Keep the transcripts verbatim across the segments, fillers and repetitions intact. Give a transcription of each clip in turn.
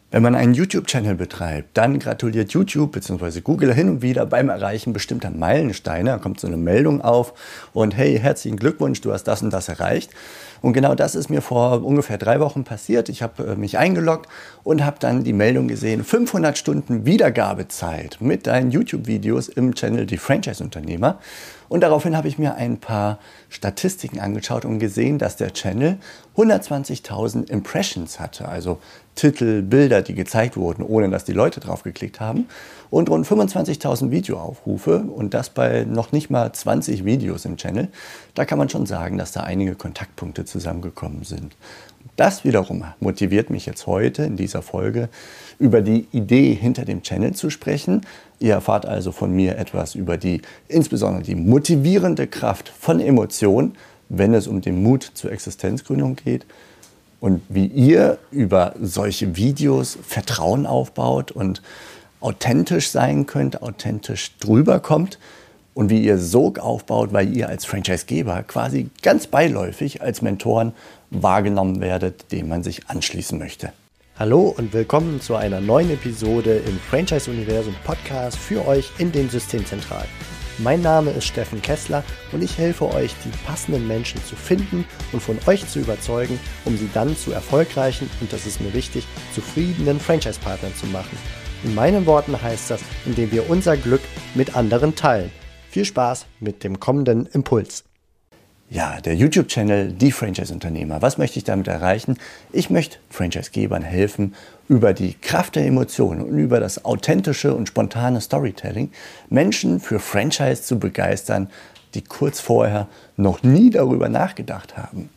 Wenn man einen YouTube-Channel betreibt, dann gratuliert YouTube bzw. Google hin und wieder beim Erreichen bestimmter Meilensteine. Da kommt so eine Meldung auf und hey, herzlichen Glückwunsch, du hast das und das erreicht. Und genau das ist mir vor ungefähr drei Wochen passiert. Ich habe mich eingeloggt und habe dann die Meldung gesehen, fünfhundert Stunden Wiedergabezeit mit deinen YouTube-Videos im Channel Die Franchise-Unternehmer. Und daraufhin habe ich mir ein paar Statistiken angeschaut und gesehen, dass der Channel hundertzwanzigtausend Impressions hatte, also Titel, Bilder, die gezeigt wurden, ohne dass die Leute drauf geklickt haben, und rund fünfundzwanzigtausend Videoaufrufe und das bei noch nicht mal zwanzig Videos im Channel. Da kann man schon sagen, dass da einige Kontaktpunkte zusammengekommen sind. Das wiederum motiviert mich jetzt heute in dieser Folge, über die Idee hinter dem Channel zu sprechen. Ihr erfahrt also von mir etwas über die, insbesondere die motivierende Kraft von Emotionen, wenn es um den Mut zur Existenzgründung geht und wie ihr über solche Videos Vertrauen aufbaut und authentisch sein könnt, authentisch drüber kommt und wie ihr Sog aufbaut, weil ihr als Franchisegeber quasi ganz beiläufig als Mentoren wahrgenommen werdet, dem man sich anschließen möchte. Hallo und willkommen zu einer neuen Episode im Franchise-Universum Podcast für euch in den Systemzentralen. Mein Name ist Steffen Kessler und ich helfe euch, die passenden Menschen zu finden und von euch zu überzeugen, um sie dann zu erfolgreichen und, das ist mir wichtig, zufriedenen Franchise-Partnern zu machen. In meinen Worten heißt das, indem wir unser Glück mit anderen teilen. Viel Spaß mit dem kommenden Impuls. Ja, der YouTube-Channel Die Franchise-Unternehmer. Was möchte ich damit erreichen? Ich möchte Franchisegebern helfen, über die Kraft der Emotionen und über das authentische und spontane Storytelling Menschen für Franchise zu begeistern, die kurz vorher noch nie darüber nachgedacht haben.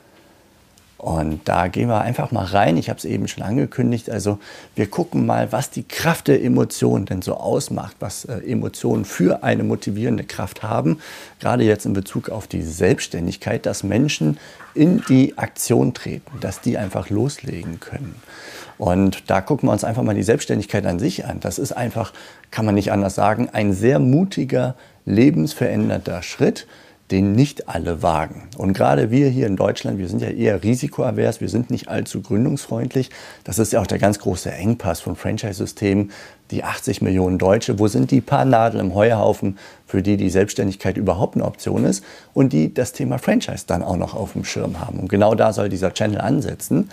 Und da gehen wir einfach mal rein. Ich habe es eben schon angekündigt. Also wir gucken mal, was die Kraft der Emotionen denn so ausmacht, was äh, Emotionen für eine motivierende Kraft haben. Gerade jetzt in Bezug auf die Selbstständigkeit, dass Menschen in die Aktion treten, dass die einfach loslegen können. Und da gucken wir uns einfach mal die Selbstständigkeit an sich an. Das ist einfach, kann man nicht anders sagen, ein sehr mutiger, lebensverändernder Schritt, den nicht alle wagen. Und gerade wir hier in Deutschland, wir sind ja eher risikoavers, wir sind nicht allzu gründungsfreundlich. Das ist ja auch der ganz große Engpass von Franchise-Systemen. Die achtzig Millionen Deutsche, wo sind die paar Nadeln im Heuhaufen, für die die Selbstständigkeit überhaupt eine Option ist und die das Thema Franchise dann auch noch auf dem Schirm haben. Und genau da soll dieser Channel ansetzen.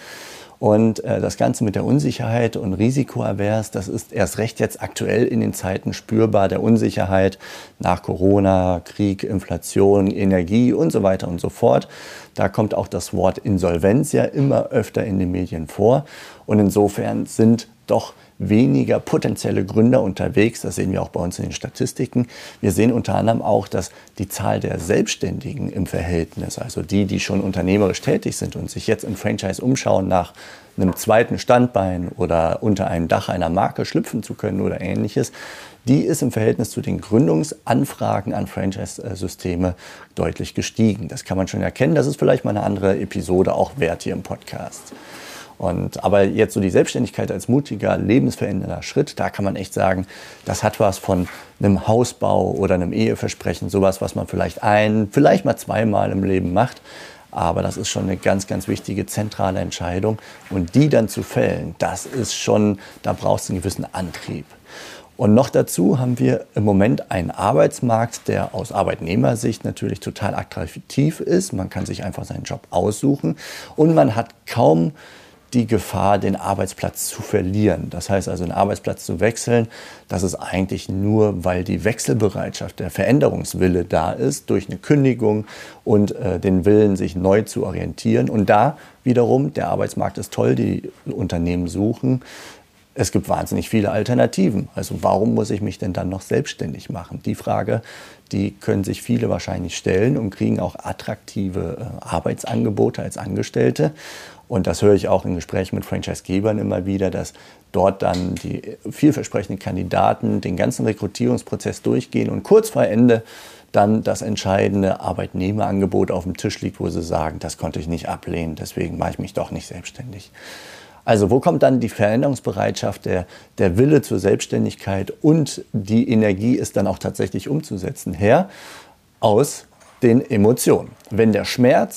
Und äh, das Ganze mit der Unsicherheit und Risikoavers, das ist erst recht jetzt aktuell in den Zeiten spürbar, der Unsicherheit nach Corona, Krieg, Inflation, Energie und so weiter und so fort. Da kommt auch das Wort Insolvenz ja immer öfter in den Medien vor. Und insofern sind doch weniger potenzielle Gründer unterwegs. Das sehen wir auch bei uns in den Statistiken. Wir sehen unter anderem auch, dass die Zahl der Selbstständigen im Verhältnis, also die, die schon unternehmerisch tätig sind und sich jetzt im Franchise umschauen nach einem zweiten Standbein oder unter einem Dach einer Marke schlüpfen zu können oder Ähnliches, die ist im Verhältnis zu den Gründungsanfragen an Franchise-Systeme deutlich gestiegen. Das kann man schon erkennen. Das ist vielleicht mal eine andere Episode auch wert hier im Podcast. Und, aber jetzt so die Selbstständigkeit als mutiger, lebensverändernder Schritt, da kann man echt sagen, das hat was von einem Hausbau oder einem Eheversprechen, sowas, was man vielleicht ein, vielleicht mal zweimal im Leben macht. Aber das ist schon eine ganz, ganz wichtige, zentrale Entscheidung. Und die dann zu fällen, das ist schon, da brauchst du einen gewissen Antrieb. Und noch dazu haben wir im Moment einen Arbeitsmarkt, der aus Arbeitnehmersicht natürlich total attraktiv ist. Man kann sich einfach seinen Job aussuchen und man hat kaum die Gefahr, den Arbeitsplatz zu verlieren. Das heißt also, einen Arbeitsplatz zu wechseln, das ist eigentlich nur, weil die Wechselbereitschaft, der Veränderungswille da ist, durch eine Kündigung und äh, den Willen, sich neu zu orientieren. Und da wiederum, der Arbeitsmarkt ist toll, die Unternehmen suchen. Es gibt wahnsinnig viele Alternativen. Also warum muss ich mich denn dann noch selbstständig machen? Die Frage, die können sich viele wahrscheinlich stellen und kriegen auch attraktive äh, Arbeitsangebote als Angestellte. Und das höre ich auch in Gesprächen mit Franchisegebern immer wieder, dass dort dann die vielversprechenden Kandidaten den ganzen Rekrutierungsprozess durchgehen und kurz vor Ende dann das entscheidende Arbeitnehmerangebot auf dem Tisch liegt, wo sie sagen, das konnte ich nicht ablehnen, deswegen mache ich mich doch nicht selbstständig. Also wo kommt dann die Veränderungsbereitschaft, der, der Wille zur Selbstständigkeit und die Energie, es dann auch tatsächlich umzusetzen, her? Aus den Emotionen. Wenn der Schmerz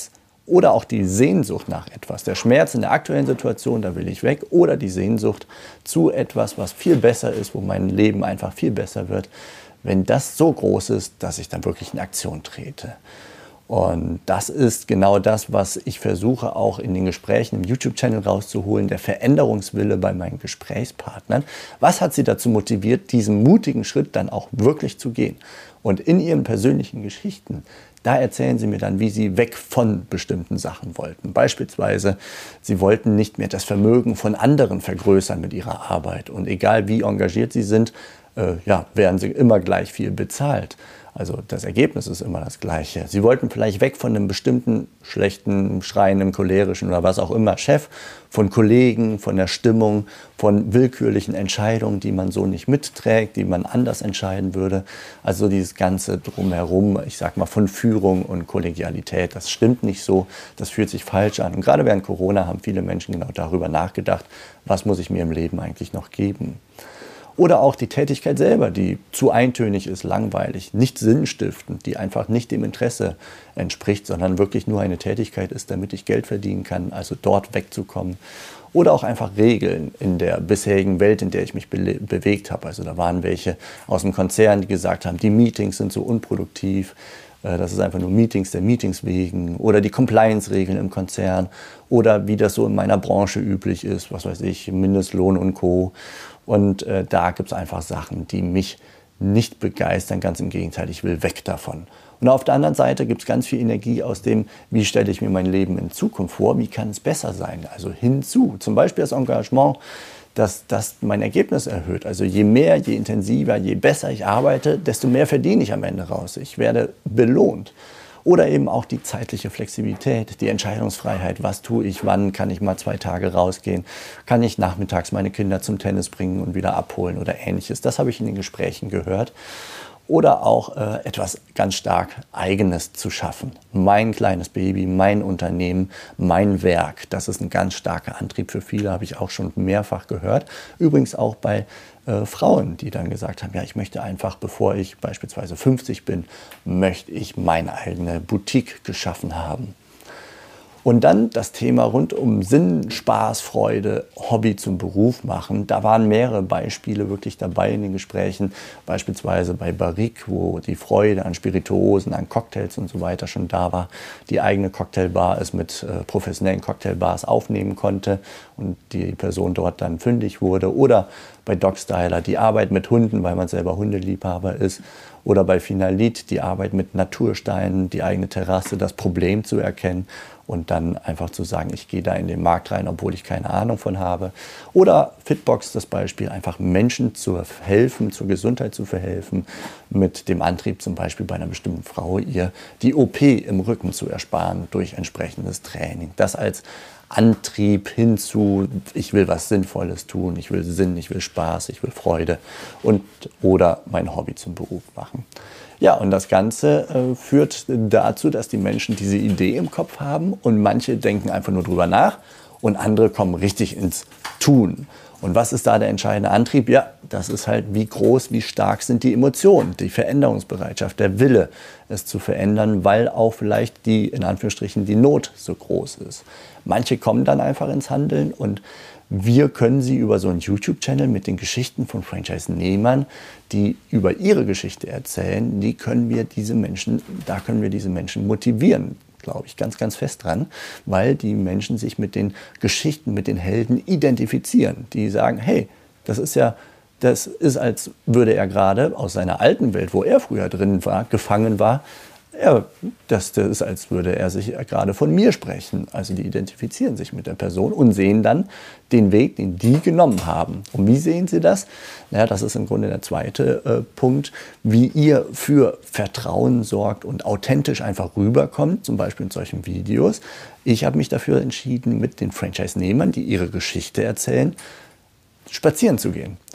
Oder auch die Sehnsucht nach etwas. Der Schmerz in der aktuellen Situation, da will ich weg. Oder die Sehnsucht zu etwas, was viel besser ist, wo mein Leben einfach viel besser wird. Wenn das so groß ist, dass ich dann wirklich in Aktion trete. Und das ist genau das, was ich versuche auch in den Gesprächen im YouTube-Channel rauszuholen, der Veränderungswille bei meinen Gesprächspartnern. Was hat sie dazu motiviert, diesen mutigen Schritt dann auch wirklich zu gehen? Und in ihren persönlichen Geschichten, da erzählen sie mir dann, wie sie weg von bestimmten Sachen wollten. Beispielsweise, sie wollten nicht mehr das Vermögen von anderen vergrößern mit ihrer Arbeit. Und egal wie engagiert sie sind, äh, ja, werden sie immer gleich viel bezahlt. Also das Ergebnis ist immer das Gleiche. Sie wollten vielleicht weg von einem bestimmten schlechten, schreienden, cholerischen oder was auch immer Chef, von Kollegen, von der Stimmung, von willkürlichen Entscheidungen, die man so nicht mitträgt, die man anders entscheiden würde. Also dieses ganze Drumherum, ich sag mal von Führung und Kollegialität, das stimmt nicht so, das fühlt sich falsch an. Und gerade während Corona haben viele Menschen genau darüber nachgedacht, was muss ich mir im Leben eigentlich noch geben. Oder auch die Tätigkeit selber, die zu eintönig ist, langweilig, nicht sinnstiftend, die einfach nicht dem Interesse entspricht, sondern wirklich nur eine Tätigkeit ist, damit ich Geld verdienen kann, also dort wegzukommen. Oder auch einfach Regeln in der bisherigen Welt, in der ich mich be- bewegt habe. Also da waren welche aus dem Konzern, die gesagt haben, die Meetings sind so unproduktiv. Das ist einfach nur Meetings der Meetings wegen oder die Compliance-Regeln im Konzern oder wie das so in meiner Branche üblich ist, was weiß ich, Mindestlohn und Co. Und äh, da gibt es einfach Sachen, die mich nicht begeistern, ganz im Gegenteil, ich will weg davon. Und auf der anderen Seite gibt es ganz viel Energie aus dem, wie stelle ich mir mein Leben in Zukunft vor, wie kann es besser sein, also hinzu. Zum Beispiel das Engagement, dass das mein Ergebnis erhöht. Also je mehr, je intensiver, je besser ich arbeite, desto mehr verdiene ich am Ende raus. Ich werde belohnt. Oder eben auch die zeitliche Flexibilität, die Entscheidungsfreiheit. Was tue ich, wann kann ich mal zwei Tage rausgehen? Kann ich nachmittags meine Kinder zum Tennis bringen und wieder abholen oder Ähnliches? Das habe ich in den Gesprächen gehört. Oder auch äh, etwas ganz stark Eigenes zu schaffen. Mein kleines Baby, mein Unternehmen, mein Werk. Das ist ein ganz starker Antrieb für viele, habe ich auch schon mehrfach gehört. Übrigens auch bei äh, Frauen, die dann gesagt haben, ja, ich möchte einfach, bevor ich beispielsweise fünfzig bin, möchte ich meine eigene Boutique geschaffen haben. Und dann das Thema rund um Sinn, Spaß, Freude, Hobby zum Beruf machen. Da waren mehrere Beispiele wirklich dabei in den Gesprächen. Beispielsweise bei Barrique, wo die Freude an Spirituosen, an Cocktails und so weiter schon da war. Die eigene Cocktailbar es mit äh, professionellen Cocktailbars aufnehmen konnte und die Person dort dann fündig wurde. Oder bei Dogstyler die Arbeit mit Hunden, weil man selber Hundeliebhaber ist. Oder bei Finalit die Arbeit mit Natursteinen, die eigene Terrasse, das Problem zu erkennen und dann einfach zu sagen, ich gehe da in den Markt rein, obwohl ich keine Ahnung von habe. Oder Fitbox, das Beispiel, einfach Menschen zu helfen, zur Gesundheit zu verhelfen, mit dem Antrieb zum Beispiel bei einer bestimmten Frau, ihr die O P im Rücken zu ersparen durch entsprechendes Training. Das als Antrieb hinzu, ich will was Sinnvolles tun, ich will Sinn, ich will Spaß, ich will Freude und oder mein Hobby zum Beruf machen. Ja, und das Ganze äh, führt dazu, dass die Menschen diese Idee im Kopf haben und manche denken einfach nur drüber nach und andere kommen richtig ins Tun. Und was ist da der entscheidende Antrieb? Ja, das ist halt, wie groß, wie stark sind die Emotionen, die Veränderungsbereitschaft, der Wille, es zu verändern, weil auch vielleicht die, in Anführungsstrichen, die Not so groß ist. Manche kommen dann einfach ins Handeln und wir können sie über so einen YouTube-Channel mit den Geschichten von Franchise-Nehmern, die über ihre Geschichte erzählen, die können wir diese Menschen, da können wir diese Menschen motivieren, glaube ich, ganz, ganz fest dran, weil die Menschen sich mit den Geschichten, mit den Helden identifizieren. Die sagen, hey, das ist ja, das ist, als würde er gerade aus seiner alten Welt, wo er früher drin war, gefangen war, ja, das, das ist, als würde er sich gerade von mir sprechen. Also die identifizieren sich mit der Person und sehen dann den Weg, den die genommen haben. Und wie sehen sie das? Naja, das ist im Grunde der zweite äh, Punkt, wie ihr für Vertrauen sorgt und authentisch einfach rüberkommt, zum Beispiel in solchen Videos. Ich habe mich dafür entschieden, mit den Franchise-Nehmern, die ihre Geschichte erzählen, spazieren zu gehen.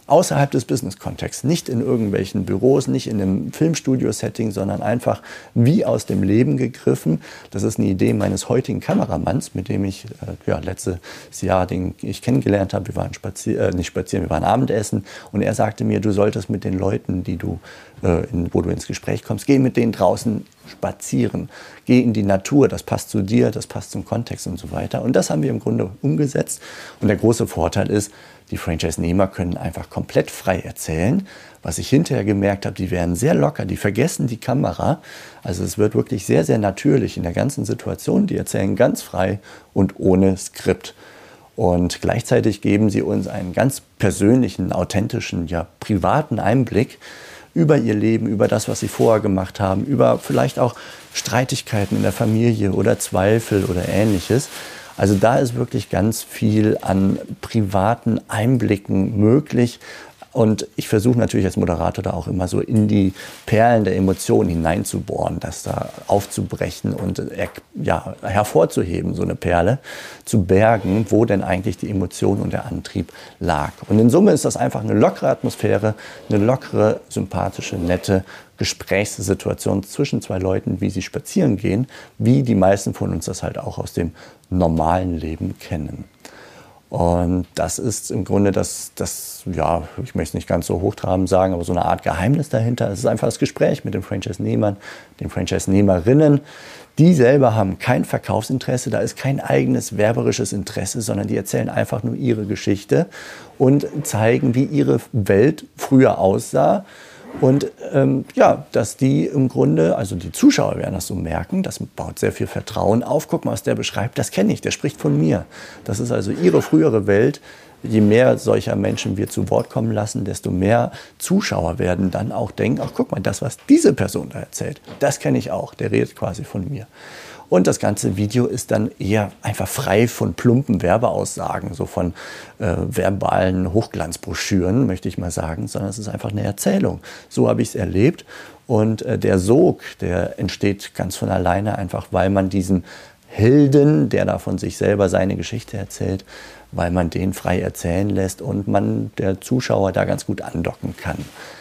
außerhalb des Business-Kontexts, nicht in irgendwelchen Büros, nicht in einem Filmstudio-Setting, sondern einfach wie aus dem Leben gegriffen. Das ist eine Idee meines heutigen Kameramanns, mit dem ich äh, ja, letztes Jahr, den ich kennengelernt habe. Wir waren spazieren, äh, nicht spazieren, wir waren Abendessen und er sagte mir, du solltest mit den Leuten, die du, äh, in, wo du ins Gespräch kommst, geh mit denen draußen spazieren, geh in die Natur, das passt zu dir, das passt zum Kontext und so weiter. Und das haben wir im Grunde umgesetzt. Und der große Vorteil ist, die Franchise-Nehmer können einfach komplett frei erzählen. Was ich hinterher gemerkt habe, die werden sehr locker, die vergessen die Kamera. Also es wird wirklich sehr, sehr natürlich in der ganzen Situation. Die erzählen ganz frei und ohne Skript. Und gleichzeitig geben sie uns einen ganz persönlichen, authentischen, ja privaten Einblick über ihr Leben, über das, was sie vorher gemacht haben, über vielleicht auch Streitigkeiten in der Familie oder Zweifel oder Ähnliches. Also da ist wirklich ganz viel an privaten Einblicken möglich. Und ich versuche natürlich als Moderator da auch immer so in die Perlen der Emotionen hineinzubohren, das da aufzubrechen und ja, hervorzuheben, so eine Perle, zu bergen, wo denn eigentlich die Emotion und der Antrieb lag. Und in Summe ist das einfach eine lockere Atmosphäre, eine lockere, sympathische, nette Gesprächssituation zwischen zwei Leuten, wie sie spazieren gehen, wie die meisten von uns das halt auch aus dem normalen Leben kennen. Und das ist im Grunde das, das, ja, ich möchte es nicht ganz so hochtrabend sagen, aber so eine Art Geheimnis dahinter. Es ist einfach das Gespräch mit den Franchise-Nehmern, den Franchise-Nehmerinnen. Die selber haben kein Verkaufsinteresse, da ist kein eigenes werberisches Interesse, sondern die erzählen einfach nur ihre Geschichte und zeigen, wie ihre Welt früher aussah. Und ähm, ja, dass die im Grunde, also die Zuschauer werden das so merken, das baut sehr viel Vertrauen auf. Guck mal, was der beschreibt, das kenne ich, der spricht von mir. Das ist also ihre frühere Welt. Je mehr solcher Menschen wir zu Wort kommen lassen, desto mehr Zuschauer werden dann auch denken, ach guck mal, das, was diese Person da erzählt, das kenne ich auch, der redet quasi von mir. Und das ganze Video ist dann eher einfach frei von plumpen Werbeaussagen, so von äh, verbalen Hochglanzbroschüren, möchte ich mal sagen, sondern es ist einfach eine Erzählung. So habe ich es erlebt. Und äh, der Sog, der entsteht ganz von alleine, einfach weil man diesen Helden, der da von sich selber seine Geschichte erzählt, weil man den frei erzählen lässt und man der Zuschauer da ganz gut andocken kann.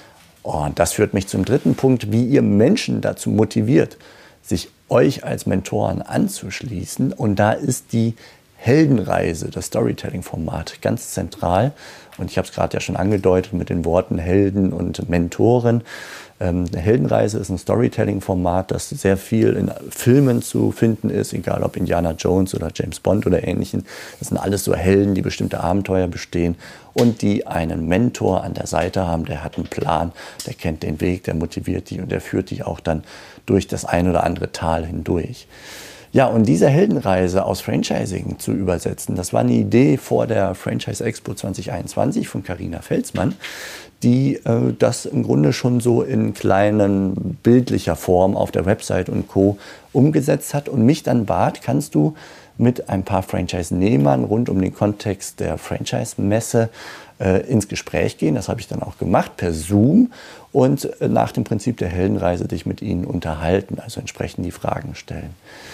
Und das führt mich zum dritten Punkt, wie ihr Menschen dazu motiviert, sich euch als Mentoren anzuschließen. Und da ist die Heldenreise, das Storytelling-Format, ganz zentral. Und ich habe es gerade ja schon angedeutet mit den Worten Helden und Mentoren. Ähm, eine Heldenreise ist ein Storytelling-Format, das sehr viel in Filmen zu finden ist, egal ob Indiana Jones oder James Bond oder Ähnlichen. Das sind alles so Helden, die bestimmte Abenteuer bestehen und die einen Mentor an der Seite haben, der hat einen Plan, der kennt den Weg, der motiviert die und der führt die auch dann durch das ein oder andere Tal hindurch. Ja, und diese Heldenreise aus Franchising zu übersetzen, das war eine Idee vor der Franchise Expo zwanzig einundzwanzig von Carina Felsmann, die äh, das im Grunde schon so in kleinen bildlicher Form auf der Website und Co. umgesetzt hat und mich dann bat, kannst du mit ein paar Franchise-Nehmern rund um den Kontext der Franchise-Messe äh, ins Gespräch gehen. Das habe ich dann auch gemacht per Zoom und äh, nach dem Prinzip der Heldenreise dich mit ihnen unterhalten, also entsprechend die Fragen stellen.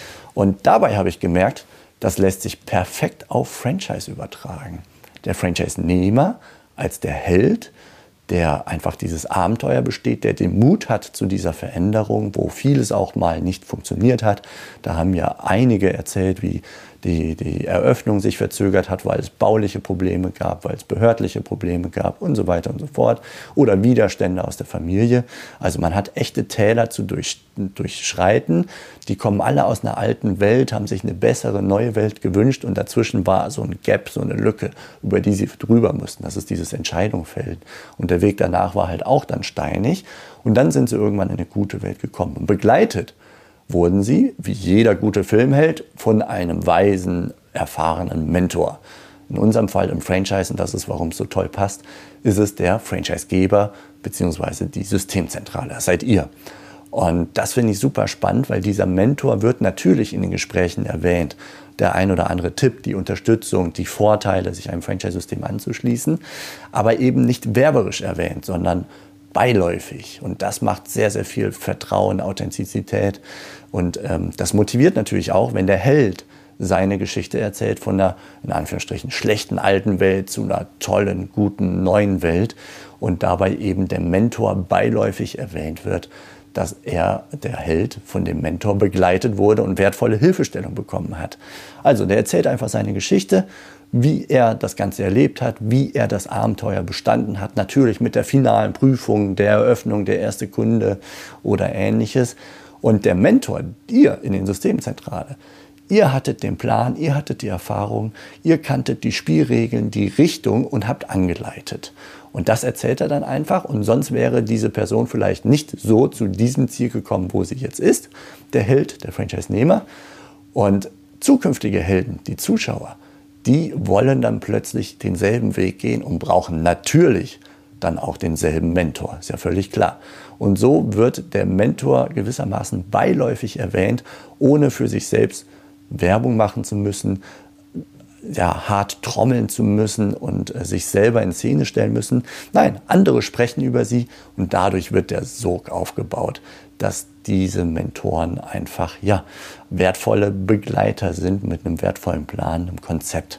Und dabei habe ich gemerkt, das lässt sich perfekt auf Franchise übertragen. Der Franchise-Nehmer als der Held, der einfach dieses Abenteuer besteht, der den Mut hat zu dieser Veränderung, wo vieles auch mal nicht funktioniert hat. Da haben ja einige erzählt, wie die, die Eröffnung sich verzögert hat, weil es bauliche Probleme gab, weil es behördliche Probleme gab und so weiter und so fort. Oder Widerstände aus der Familie. Also man hat echte Täler zu durch, durchschreiten. Die kommen alle aus einer alten Welt, haben sich eine bessere, neue Welt gewünscht und dazwischen war so ein Gap, so eine Lücke, über die sie drüber mussten. Das ist dieses Entscheidungsfeld. Und der Weg danach war halt auch dann steinig. Und dann sind sie irgendwann in eine gute Welt gekommen. Und begleitet wurden sie, wie jeder gute Filmheld, von einem weisen, erfahrenen Mentor. In unserem Fall im Franchise, und das ist, warum es so toll passt, ist es der Franchisegeber bzw. die Systemzentrale. Das seid ihr. Und das finde ich super spannend, weil dieser Mentor wird natürlich in den Gesprächen erwähnt. Der ein oder andere Tipp, die Unterstützung, die Vorteile, sich einem Franchise-System anzuschließen, aber eben nicht werberisch erwähnt, sondern beiläufig. Und das macht sehr, sehr viel Vertrauen, Authentizität. Und ähm, das motiviert natürlich auch, wenn der Held seine Geschichte erzählt, von einer, in Anführungsstrichen, schlechten alten Welt zu einer tollen, guten, neuen Welt und dabei eben der Mentor beiläufig erwähnt wird, dass er, der Held, von dem Mentor begleitet wurde und wertvolle Hilfestellung bekommen hat. Also der erzählt einfach seine Geschichte, wie er das Ganze erlebt hat, wie er das Abenteuer bestanden hat, natürlich mit der finalen Prüfung, der Eröffnung, der erste Kunde oder Ähnliches. Und der Mentor, ihr in den Systemzentrale, ihr hattet den Plan, ihr hattet die Erfahrung, ihr kanntet die Spielregeln, die Richtung und habt angeleitet. Und das erzählt er dann einfach und sonst wäre diese Person vielleicht nicht so zu diesem Ziel gekommen, wo sie jetzt ist, der Held, der Franchise-Nehmer. Und zukünftige Helden, die Zuschauer, die wollen dann plötzlich denselben Weg gehen und brauchen natürlich dann auch denselben Mentor, ist ja völlig klar. Und so wird der Mentor gewissermaßen beiläufig erwähnt, ohne für sich selbst Werbung machen zu müssen, ja, hart trommeln zu müssen und äh, sich selber in Szene stellen müssen. Nein, andere sprechen über sie und dadurch wird der Sog aufgebaut, dass diese Mentoren einfach ja, wertvolle Begleiter sind mit einem wertvollen Plan, einem Konzept.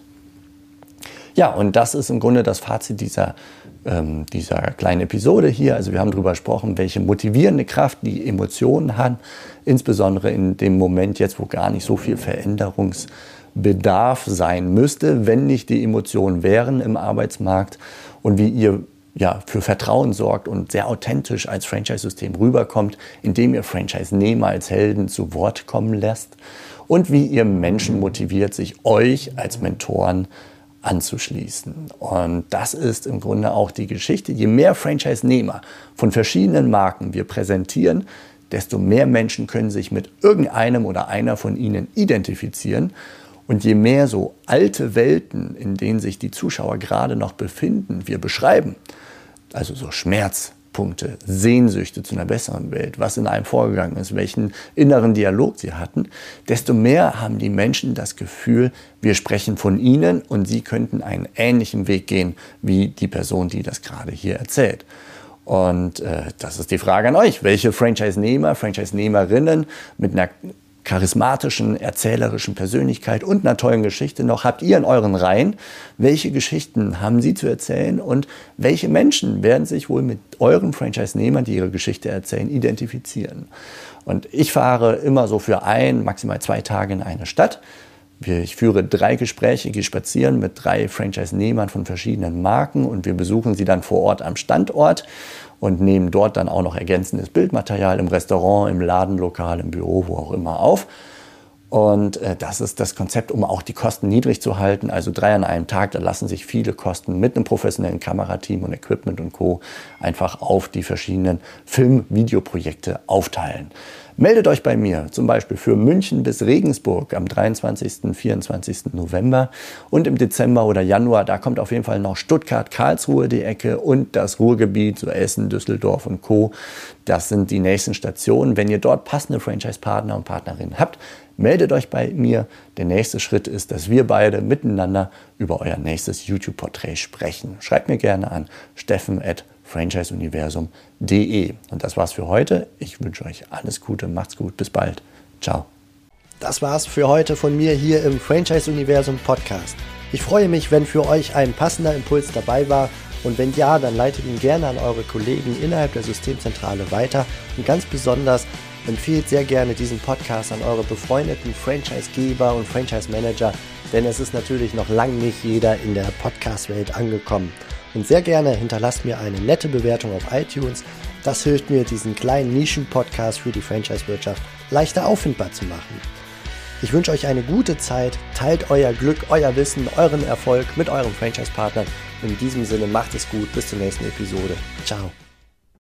Ja, und das ist im Grunde das Fazit dieser, ähm, dieser kleinen Episode hier. Also wir haben darüber gesprochen, welche motivierende Kraft die Emotionen haben, insbesondere in dem Moment jetzt, wo gar nicht so viel Veränderungsbedarf sein müsste, wenn nicht die Emotionen wären im Arbeitsmarkt und wie ihr ja, für Vertrauen sorgt und sehr authentisch als Franchise-System rüberkommt, indem ihr Franchise-Nehmer als Helden zu Wort kommen lässt und wie ihr Menschen motiviert, sich euch als Mentoren anzuschließen. Und das ist im Grunde auch die Geschichte. Je mehr Franchise-Nehmer von verschiedenen Marken wir präsentieren, desto mehr Menschen können sich mit irgendeinem oder einer von ihnen identifizieren. Und je mehr so alte Welten, in denen sich die Zuschauer gerade noch befinden, wir beschreiben, also so Schmerzpunkte, Sehnsüchte zu einer besseren Welt, was in einem vorgegangen ist, welchen inneren Dialog sie hatten, desto mehr haben die Menschen das Gefühl, wir sprechen von ihnen und sie könnten einen ähnlichen Weg gehen wie die Person, die das gerade hier erzählt. Und äh, das ist die Frage an euch. Welche Franchise-Nehmer, Franchise-Nehmerinnen mit einer charismatischen, erzählerischen Persönlichkeit und einer tollen Geschichte noch habt ihr in euren Reihen? Welche Geschichten haben sie zu erzählen und welche Menschen werden sich wohl mit euren Franchise-Nehmern, die ihre Geschichte erzählen, identifizieren? Und ich fahre immer so für ein, maximal zwei Tage in eine Stadt. Ich führe drei Gespräche, gehe spazieren mit drei Franchise-Nehmern von verschiedenen Marken und wir besuchen sie dann vor Ort am Standort und nehmen dort dann auch noch ergänzendes Bildmaterial im Restaurant, im Ladenlokal, im Büro, wo auch immer auf. Und äh, das ist das Konzept, um auch die Kosten niedrig zu halten. Also drei an einem Tag, da lassen sich viele Kosten mit einem professionellen Kamerateam und Equipment und Co. einfach auf die verschiedenen Film-Videoprojekte aufteilen. Meldet euch bei mir, zum Beispiel für München bis Regensburg am dreiundzwanzigsten, vierundzwanzigsten November und im Dezember oder Januar, da kommt auf jeden Fall noch Stuttgart, Karlsruhe die Ecke und das Ruhrgebiet, so Essen, Düsseldorf und Co. Das sind die nächsten Stationen. Wenn ihr dort passende Franchise-Partner und Partnerinnen habt, meldet euch bei mir. Der nächste Schritt ist, dass wir beide miteinander über euer nächstes YouTube-Porträt sprechen. Schreibt mir gerne an steffen at franchiseuniversum punkt de. Und das war's für heute. Ich wünsche euch alles Gute, macht's gut, bis bald. Ciao. Das war's für heute von mir hier im Franchise-Universum Podcast. Ich freue mich, wenn für euch ein passender Impuls dabei war und wenn ja, dann leitet ihn gerne an eure Kollegen innerhalb der Systemzentrale weiter und ganz besonders empfehlt sehr gerne diesen Podcast an eure befreundeten Franchise-Geber und Franchise-Manager, denn es ist natürlich noch lange nicht jeder in der Podcast-Welt angekommen. Und sehr gerne hinterlasst mir eine nette Bewertung auf iTunes. Das hilft mir, diesen kleinen Nischen-Podcast für die Franchise-Wirtschaft leichter auffindbar zu machen. Ich wünsche euch eine gute Zeit, teilt euer Glück, euer Wissen, euren Erfolg mit euren Franchise-Partnern. In diesem Sinne macht es gut, bis zur nächsten Episode. Ciao.